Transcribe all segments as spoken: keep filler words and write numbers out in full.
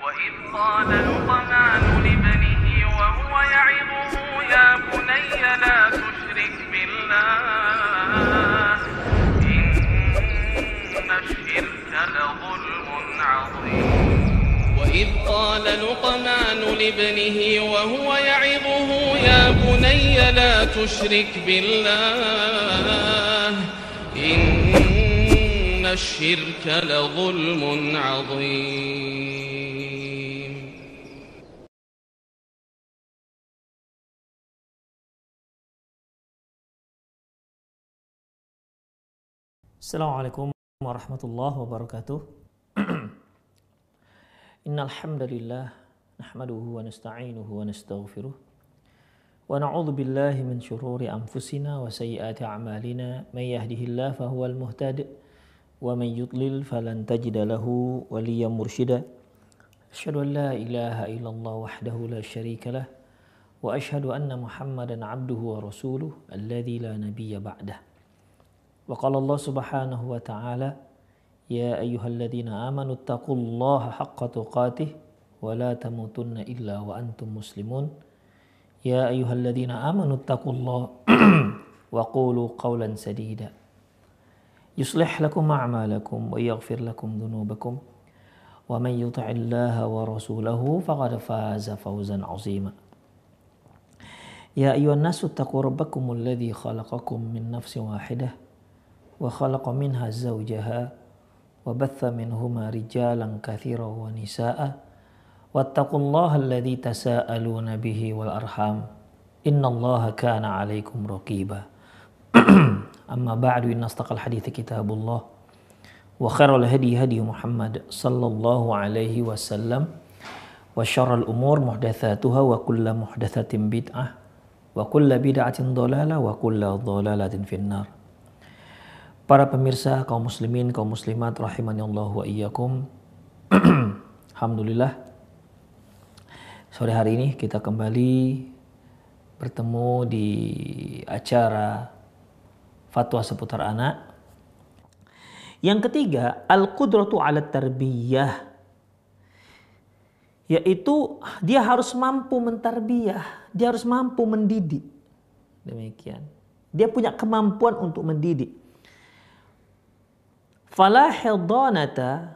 وإذ قال لقمان لابنه وهو يعظه يا بني لا تشرك بالله إن الشرك لظلم عظيم وإذ قال لقمان لابنه وهو يعظه يا بني لا تشرك بالله إن الشرك لظلم عظيم. Assalamualaikum warahmatullahi wabarakatuh. Innal hamdalillah nahmaduhu wa nasta'inuhu wa nastaghfiruh wa na'udzu billahi min shururi anfusina wa sayyiati a'malina may yahdihillahu fahuwal muhtadi wa may yudlil falan tajida lahu waliyyan mursyida. Asyhadu an la ilaha illallah wahdahu la syarika lah wa asyhadu anna Muhammadan 'abduhu wa rasuluh alladzi la nabiyya ba'dah. Wa qala Allah subhanahu wa ta'ala ya ayyuhalladzina amanu taqullaha haqqa tuqatih wa la tamutunna illa wa antum muslimun. Ya ayyuhalladzina amanu taqullaha wa qulu qawlan sadida yuslih lakum a'malakum wa yaghfir lakum dhunubakum wa man yuti'illaha wa rasulahu faqad faza fawzan 'azima. Ya ayyuhan nasu taqu rabbakumul ladzi khalaqakum min nafsin wahidah wa khalaqa minha zawjaha wa batha minhuma rijalan katsiran wa nisaa'a wattaqullaha alladzi tasaaluna bihi wal arham innallaha kana 'alaikum raqiba. Amma ba'du, inna astaqal hadithi kitabullah wa khairal hadi hadi Muhammad sallallahu alaihi wasallam wa syarrul umur muhdatsatuha wa kullu muhdatsatin bid'ah wa kullu bid'atin dhalalah wa kullu dhalalatin finnar. Para pemirsa, kaum muslimin, kaum muslimat rahimani Allah wa iyyakum. Alhamdulillah, sore hari ini kita kembali bertemu di acara fatwa seputar anak. Yang ketiga, al-qudratu 'ala tarbiyah, yaitu dia harus mampu mentarbiyah, dia harus mampu mendidik. Demikian. Dia punya kemampuan untuk mendidik. Fala hidanata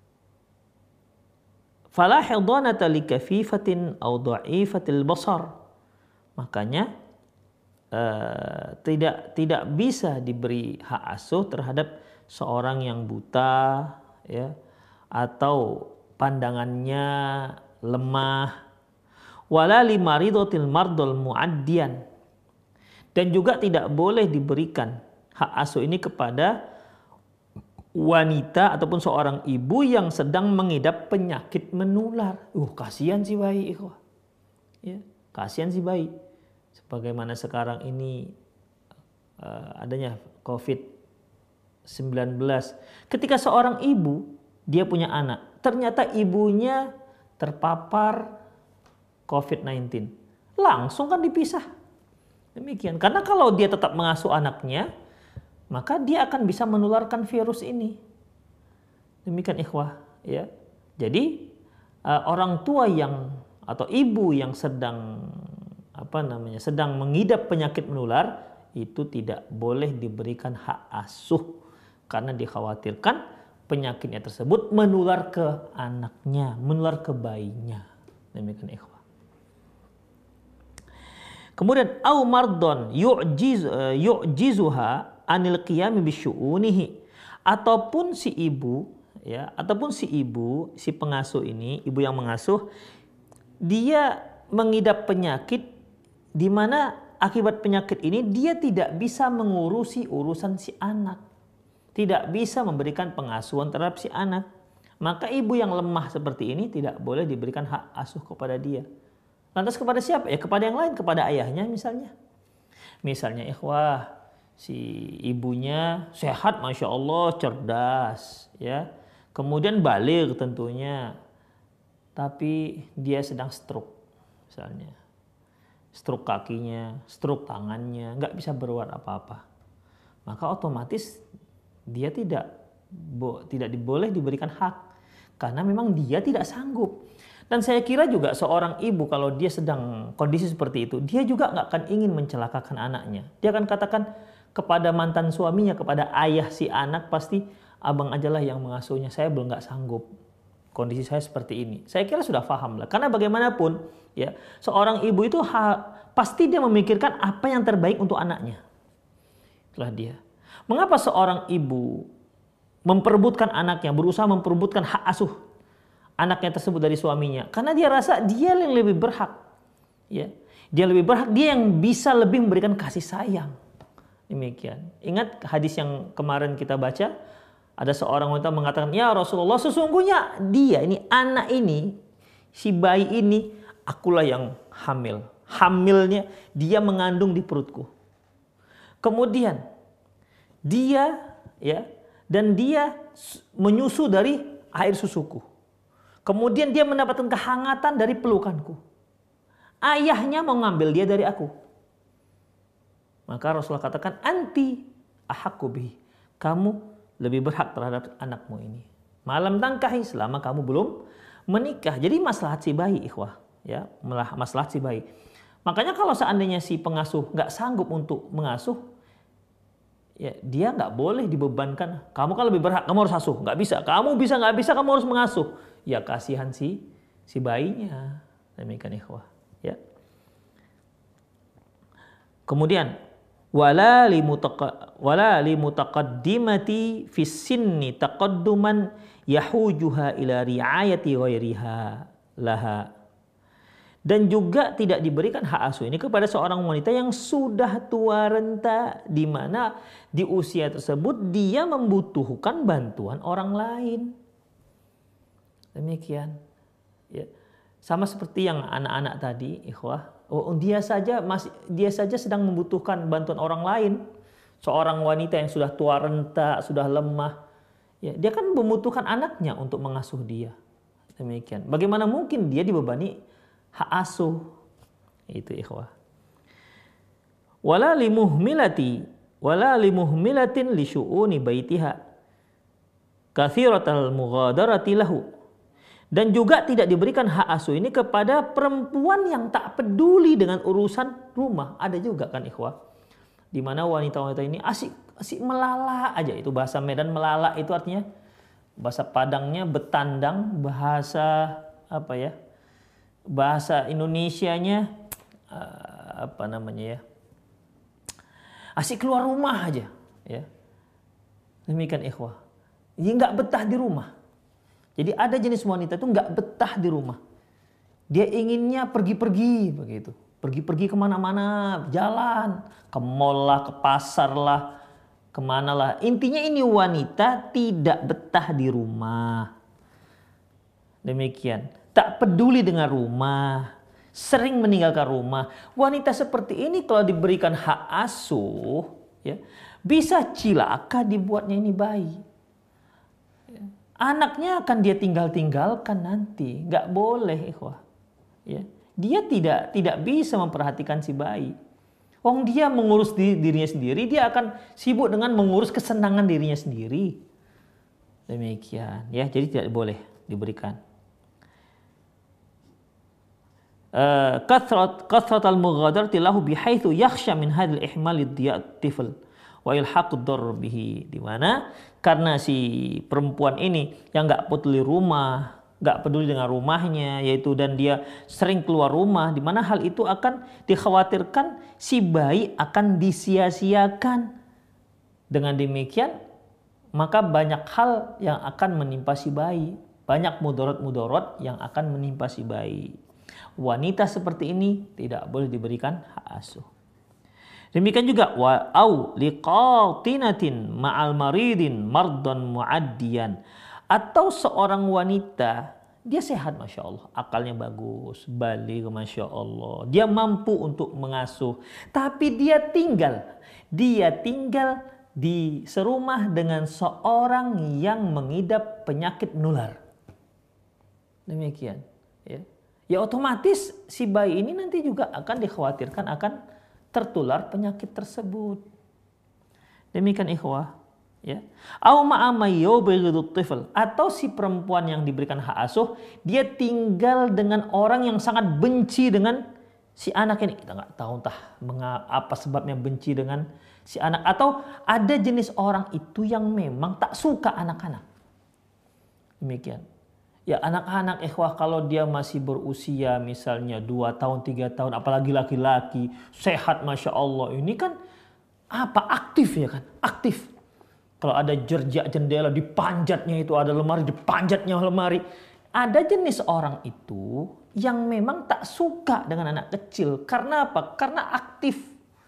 fala hidanata likafifatin aw dha'ifatil basar. Makanya uh, tidak tidak bisa diberi hak asuh terhadap seorang yang buta, ya, atau pandangannya lemah, wala limaridatil mardal muaddian, dan juga tidak boleh diberikan hak asuh ini kepada wanita ataupun seorang ibu yang sedang mengidap penyakit menular. Uh, kasihan si bayi, ikhwah. Ya, kasihan si bayi. Sebagaimana sekarang ini uh, adanya covid sembilan belas. Ketika seorang ibu, dia punya anak, ternyata ibunya terpapar covid sembilan belas. Langsung kan dipisah. Demikian. Karena kalau dia tetap mengasuh anaknya, maka dia akan bisa menularkan virus ini. Demikian ikhwah, ya. Jadi uh, orang tua yang atau ibu yang sedang apa namanya sedang mengidap penyakit menular itu tidak boleh diberikan hak asuh karena dikhawatirkan penyakitnya tersebut menular ke anaknya, menular ke bayinya. Demikian ikhwah. Kemudian au mardon yu'jiz uh, yu'jizuha anil qiyami bisyu'unihi, ataupun si ibu, ya, ataupun si ibu, si pengasuh ini, ibu yang mengasuh, dia mengidap penyakit di mana akibat penyakit ini dia tidak bisa mengurusi urusan si anak, tidak bisa memberikan pengasuhan terhadap si anak. Maka ibu yang lemah seperti ini tidak boleh diberikan hak asuh kepada dia. Lantas kepada siapa? Ya kepada yang lain, kepada ayahnya misalnya. Misalnya ikhwah, si ibunya sehat, masya Allah, cerdas, ya, kemudian baligh tentunya, tapi dia sedang stroke, misalnya, stroke kakinya, stroke tangannya, nggak bisa berbuat apa-apa, maka otomatis dia tidak bo, tidak boleh diberikan hak Karena memang dia tidak sanggup. Dan saya kira juga seorang ibu kalau dia sedang kondisi seperti itu, dia juga nggak akan ingin mencelakakan anaknya. Dia akan katakan kepada mantan suaminya, kepada ayah si anak, pasti abang ajalah yang mengasuhnya, saya belum nggak sanggup. Kondisi saya seperti ini. Saya kira sudah paham lah. Karena bagaimanapun, ya seorang ibu itu ha, pasti dia memikirkan apa yang terbaik untuk anaknya. Itulah dia. Mengapa seorang ibu memperebutkan anaknya, berusaha memperebutkan hak asuh anaknya tersebut dari suaminya? Karena dia rasa dia yang lebih berhak. Ya, dia lebih berhak, dia yang bisa lebih memberikan kasih sayang. Demikian. Ingat hadis yang kemarin kita baca, ada seorang wanita mengatakan, ya Rasulullah, sesungguhnya dia ini, anak ini, si bayi ini, akulah yang hamil. Hamilnya dia mengandung di perutku. Kemudian dia ya dan dia menyusu dari air susuku. Kemudian dia mendapatkan kehangatan dari pelukanku. Ayahnya mau ngambil dia dari aku. Maka Rasulullah katakan, anti ahakku bihi. Kamu lebih berhak terhadap anakmu ini. Malam tangkahi, selama kamu belum menikah. Jadi maslahat si bayi, ikhwah, ya, maslahat si bayi. Makanya kalau seandainya si pengasuh nggak sanggup untuk mengasuh, ya dia nggak boleh dibebankan. Kamu kan lebih berhak, kamu harus asuh. Nggak bisa, kamu bisa nggak bisa, kamu harus mengasuh. Ya kasihan si si bayinya. Demikian ikhwah. Ya. Kemudian wala li mutaqa wala li mutaqaddimati fis sinni taqadduman yahujuha ila riayati ghairiha laha. Dan juga tidak diberikan hak asuh ini kepada seorang wanita yang sudah tua renta, di mana di usia tersebut dia membutuhkan bantuan orang lain. Demikian. Ya. Sama seperti yang anak-anak tadi, ikhwah. Oh, dia saja masih dia saja sedang membutuhkan bantuan orang lain. Seorang wanita yang sudah tua renta, sudah lemah, ya, dia kan membutuhkan anaknya untuk mengasuh dia. Demikian. Bagaimana mungkin dia dibebani hak asuh? Itu ikhwah. Wala limuhmilati wala limuhmilatin li syu'uni baitiha katsiratal mughadarati lahu. Dan juga tidak diberikan hak asuh ini kepada perempuan yang tak peduli dengan urusan rumah. Ada juga kan ikhwah, di mana wanita-wanita ini asik asik melala aja. Itu bahasa Medan, melala itu artinya, bahasa Padangnya betandang, bahasa apa ya? Bahasa Indonesianya uh, apa namanya ya? Asik keluar rumah aja, ya. Demikian ikhwah. Dia nggak betah di rumah. Jadi ada jenis wanita itu nggak betah di rumah. Dia inginnya pergi-pergi begitu. Pergi-pergi kemana-mana, jalan. Ke mall lah, ke pasar lah, kemana lah. Intinya ini wanita tidak betah di rumah. Demikian. Tak peduli dengan rumah. Sering meninggalkan rumah. Wanita seperti ini kalau diberikan hak asuh, ya, bisa cilaka dibuatnya ini bayi. Anaknya akan dia tinggal-tinggalkan nanti, nggak boleh, ikhwah. Ya, dia tidak tidak bisa memperhatikan si bayi. Wong dia mengurus dirinya sendiri, dia akan sibuk dengan mengurus kesenangan dirinya sendiri. Demikian, ya. Jadi tidak boleh diberikan. Kathrat kathrat al-mughadarati lahu bihaitsu yakhsha min hadzal ihmal ad-diya' tifl wa ilhaqud darr bihi. Di mana karena si perempuan ini yang nggak peduli rumah, nggak peduli dengan rumahnya, yaitu dan dia sering keluar rumah, di mana hal itu akan dikhawatirkan si bayi akan disia-siakan. Dengan demikian, maka banyak hal yang akan menimpa si bayi, banyak mudarat-mudarat yang akan menimpa si bayi. Wanita seperti ini tidak boleh diberikan hak asuh. Demikian juga wa au liqatinatin ma'al maridin mardan muaddiyan, atau seorang wanita dia sehat masya Allah, akalnya bagus, balik masya Allah, dia mampu untuk mengasuh, tapi dia tinggal dia tinggal di serumah dengan seorang yang mengidap penyakit menular. Demikian, ya. Ya otomatis si bayi ini nanti juga akan dikhawatirkan akan tertular penyakit tersebut. Demikian ikhwah, Ya. Au ma'amayo begitu tifl, atau si perempuan yang diberikan hak asuh dia tinggal dengan orang yang sangat benci dengan si anak ini. Kita nggak tahu entah apa sebabnya benci dengan si anak, atau ada jenis orang itu yang memang tak suka anak-anak. Demikian. Ya anak-anak ikhwah kalau dia masih berusia misalnya dua tahun, tiga tahun, apalagi laki-laki, sehat Masya Allah. Ini kan apa? Aktif ya kan? Aktif. Kalau ada jerjak jendela dipanjatnya itu, ada lemari dipanjatnya lemari. Ada jenis orang itu yang memang tak suka dengan anak kecil. Karena apa? Karena aktif.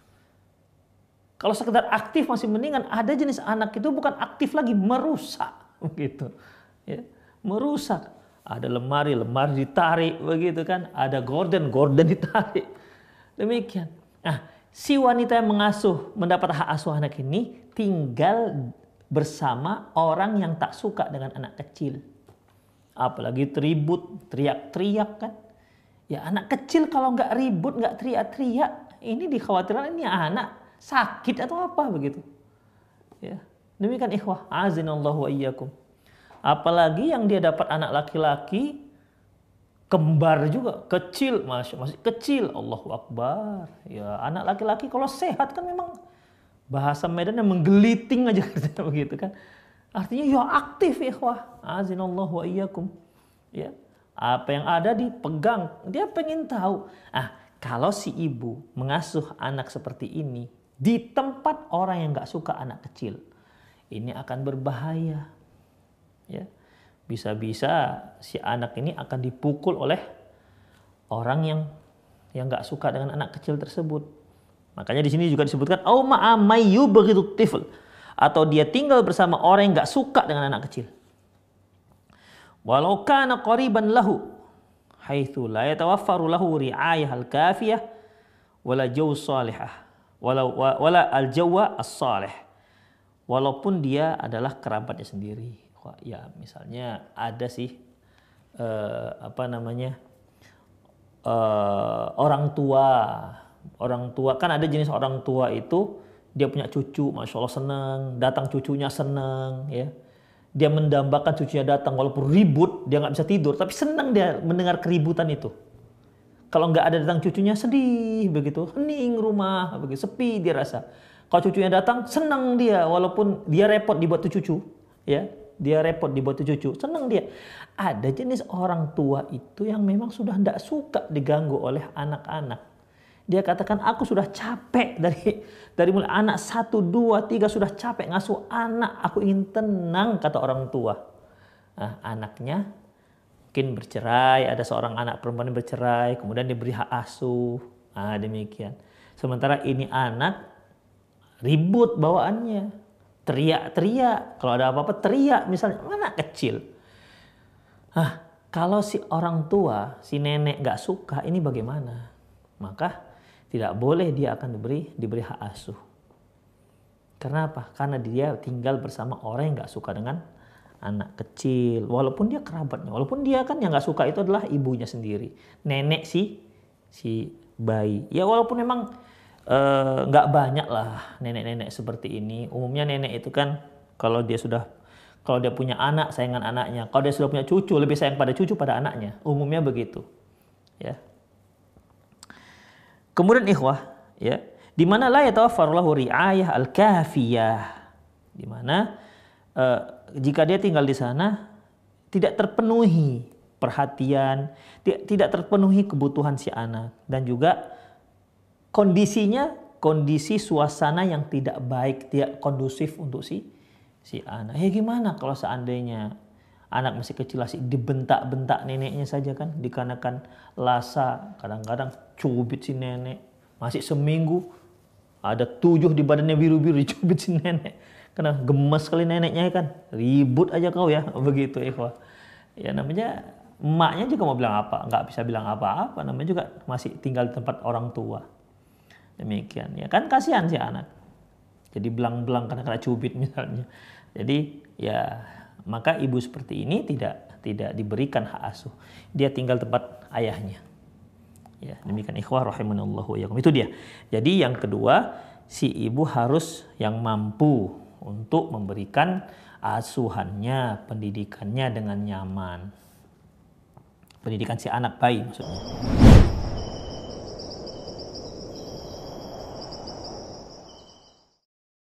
Kalau sekedar aktif masih mendingan. Ada jenis anak itu bukan aktif lagi, merusak. Begitu. Ya. Merusak. Ada lemari, lemari ditarik. Begitu kan. Ada gorden, gorden ditarik. Demikian. Nah, si wanita yang mengasuh, mendapat hak asuh anak ini, tinggal bersama orang yang tak suka dengan anak kecil. Apalagi ribut, teriak-teriak kan. Ya anak kecil kalau nggak ribut, nggak teriak-teriak, ini dikhawatirkan ini anak sakit atau apa begitu. Ya. Demikian ikhwah, azinallahu wa iyyakum. Apalagi yang dia dapat anak laki-laki, kembar juga, kecil, masih, masih kecil, Allahu Akbar. Ya anak laki-laki kalau sehat kan memang bahasa Medan yang menggeliting aja begitu kan. Artinya ya aktif ikhwah. Azinallahu wa iyyakum. Ya. Apa yang ada dipegang, dia pengen tahu. Ah, kalau si ibu mengasuh anak seperti ini di tempat orang yang enggak suka anak kecil, ini akan berbahaya. Ya. Bisa-bisa si anak ini akan dipukul oleh orang yang yang enggak suka dengan anak kecil tersebut. Makanya di sini juga disebutkan au ma'amayu begitu tifl, atau dia tinggal bersama orang yang enggak suka dengan anak kecil. Walau kana qariban lahu haitsu la yatawaffaru lahu ri'ayah al-kafiyah wala jaw salihah wala wala al-jawa as-salih. Walaupun dia adalah kerabatnya sendiri. Wah, ya misalnya ada sih eh, apa namanya? Eh, orang tua Orang tua, kan ada jenis orang tua itu dia punya cucu, Masya Allah senang, datang cucunya senang, ya. Dia mendambakan cucunya datang, walaupun ribut, dia nggak bisa tidur, tapi senang dia mendengar keributan itu. Kalau nggak ada datang cucunya sedih begitu, hening rumah, begitu sepi dia rasa. Kalau cucunya datang, senang dia, walaupun dia repot dibuat tuh cucu, ya. Dia repot dibuat tuh cucu, senang dia. Ada jenis orang tua itu yang memang sudah tidak suka diganggu oleh anak-anak. Dia katakan aku sudah capek dari dari mulai anak satu, dua, tiga sudah capek ngasuh anak. Aku ingin tenang, kata orang tua. Nah, anaknya mungkin bercerai, ada seorang anak perempuan yang bercerai, kemudian diberi hak asuh. Nah, demikian. Sementara ini anak ribut bawaannya, teriak-teriak. Kalau ada apa-apa teriak, misalnya anak kecil. Nah, kalau si orang tua, si nenek gak suka, ini bagaimana? Maka tidak boleh dia akan diberi diberi hak asuh. Karena apa? Karena dia tinggal bersama orang yang nggak suka dengan anak kecil, walaupun dia kerabatnya, walaupun dia kan yang nggak suka itu adalah ibunya sendiri, nenek si si bayi. Ya walaupun memang nggak e, banyak lah nenek-nenek seperti ini. Umumnya nenek itu kan kalau dia sudah kalau dia punya anak sayangan anaknya, kalau dia sudah punya cucu lebih sayang pada cucu pada anaknya. Umumnya begitu, ya. Kemudian ikhwah, ya, di mana la yatawaffar lahu ri'ayah al-kafiyah, di mana uh, jika dia tinggal di sana tidak terpenuhi perhatian, tidak terpenuhi kebutuhan si anak, dan juga kondisinya kondisi suasana yang tidak baik, tidak kondusif untuk si si anak. Ya gimana kalau seandainya anak masih kecil masih dibentak-bentak neneknya saja kan, dikarenakan lasa, kadang-kadang cubit si nenek, masih seminggu ada tujuh di badannya biru-biru dicubit si nenek, karena gemes sekali neneknya kan, ribut aja kau ya, begitu ikhwah. Ya namanya emaknya juga mau bilang apa, nggak bisa bilang apa-apa, namanya juga masih tinggal di tempat orang tua. Demikian ya kan, kasihan si anak, jadi belang-belang karena kena cubit misalnya. Jadi ya maka ibu seperti ini tidak tidak diberikan hak asuh. Dia tinggal tempat ayahnya. Ya, demikian ikhwah rahimanallahu wa iyyakum. Itu dia. Jadi yang kedua, si ibu harus yang mampu untuk memberikan asuhannya, pendidikannya dengan nyaman. Pendidikan si anak bayi maksudnya.